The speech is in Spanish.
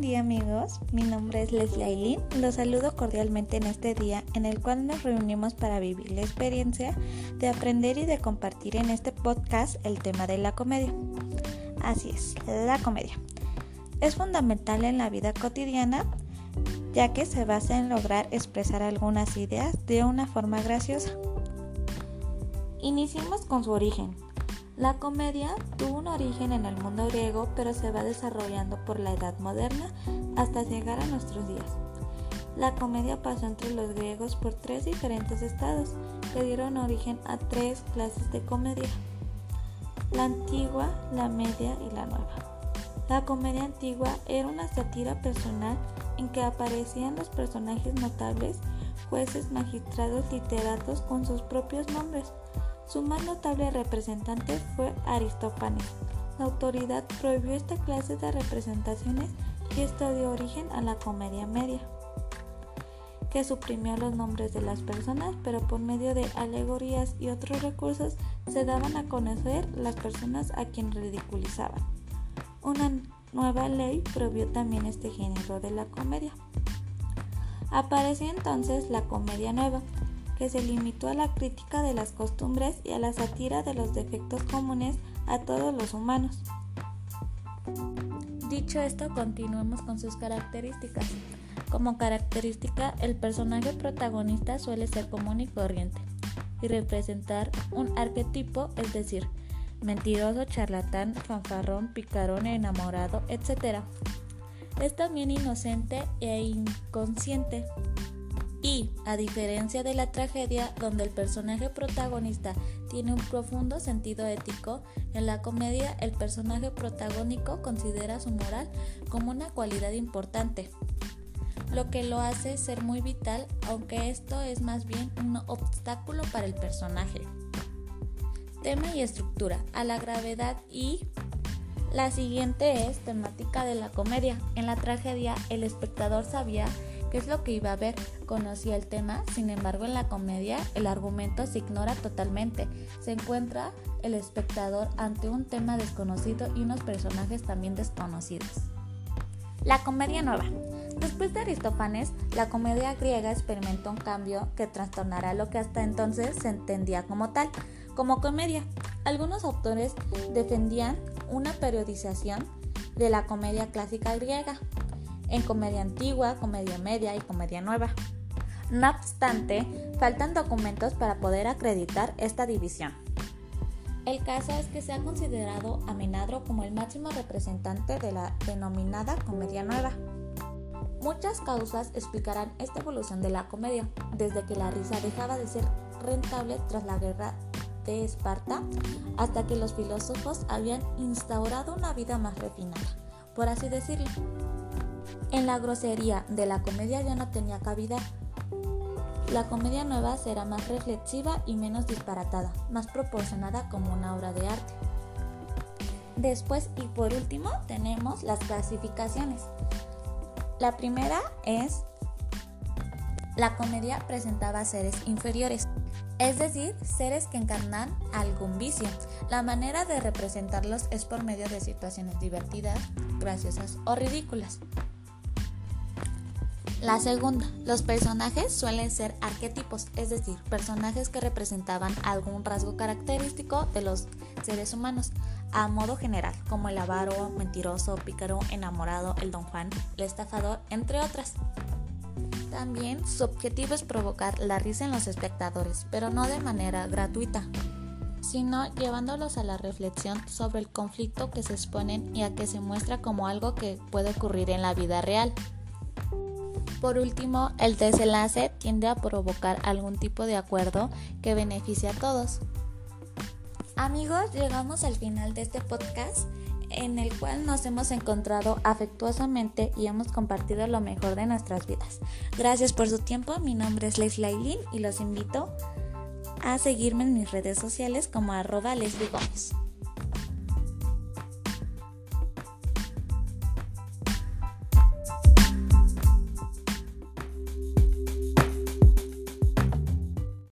día amigos, mi nombre es Leslie Ailin, los saludo cordialmente en este día en el cual nos reunimos para vivir la experiencia de aprender y de compartir en este podcast el tema de la comedia. Así es, la comedia. Es fundamental en la vida cotidiana ya que se basa en lograr expresar algunas ideas de una forma graciosa. Iniciemos con su origen. La comedia tuvo un origen en el mundo griego, pero se va desarrollando por la Edad Moderna hasta llegar a nuestros días. La comedia pasó entre los griegos por 3 diferentes estados que dieron origen a 3 clases de comedia: la antigua, la media y la nueva. La comedia antigua era una sátira personal en que aparecían los personajes notables, jueces, magistrados, literatos con sus propios nombres. Su más notable representante fue Aristófanes. La autoridad prohibió esta clase de representaciones y esto dio origen a la comedia media, que suprimió los nombres de las personas, pero por medio de alegorías y otros recursos se daban a conocer las personas a quien ridiculizaban. Una nueva ley prohibió también este género de la comedia. Apareció entonces la comedia nueva, que se limitó a la crítica de las costumbres y a la sátira de los defectos comunes a todos los humanos. Dicho esto, continuemos con sus características. Como característica, el personaje protagonista suele ser común y corriente y representar un arquetipo, es decir, mentiroso, charlatán, fanfarrón, picarón, enamorado, etc. Es también inocente e inconsciente. Y, a diferencia de la tragedia, donde el personaje protagonista tiene un profundo sentido ético, en la comedia el personaje protagónico considera su moral como una cualidad importante, lo que lo hace ser muy vital, aunque esto es más bien un obstáculo para el personaje. Tema y estructura, a la gravedad y... La siguiente es temática de la comedia. En la tragedia, el espectador sabía qué es lo que iba a ver, conocía el tema, sin embargo en la comedia el argumento se ignora totalmente, se encuentra el espectador ante un tema desconocido y unos personajes también desconocidos. La comedia nueva. Después de Aristófanes, la comedia griega experimentó un cambio que trastornará lo que hasta entonces se entendía como tal, como comedia. Algunos autores defendían una periodización de la comedia clásica griega en comedia antigua, comedia media y comedia nueva. No obstante, faltan documentos para poder acreditar esta división. El caso es que se ha considerado a Menandro como el máximo representante de la denominada comedia nueva. Muchas causas explicarán esta evolución de la comedia, desde que la risa dejaba de ser rentable tras la guerra de Esparta, hasta que los filósofos habían instaurado una vida más refinada, por así decirlo. En la grosería de la comedia ya no tenía cabida. La comedia nueva será más reflexiva y menos disparatada, más proporcionada como una obra de arte. Después y por último tenemos las clasificaciones. La primera es: la comedia presentaba seres inferiores, es decir, seres que encarnan algún vicio. La manera de representarlos es por medio de situaciones divertidas, graciosas o ridículas. La segunda, los personajes suelen ser arquetipos, es decir, personajes que representaban algún rasgo característico de los seres humanos, a modo general, como el avaro, mentiroso, pícaro, enamorado, el don Juan, el estafador, entre otras. También su objetivo es provocar la risa en los espectadores, pero no de manera gratuita, sino llevándolos a la reflexión sobre el conflicto que se exponen y a que se muestra como algo que puede ocurrir en la vida real. Por último, el desenlace tiende a provocar algún tipo de acuerdo que beneficie a todos. Amigos, llegamos al final de este podcast en el cual nos hemos encontrado afectuosamente y hemos compartido lo mejor de nuestras vidas. Gracias por su tiempo, mi nombre es Leslie Ailin y los invito a seguirme en mis redes sociales como @LeslieGomez.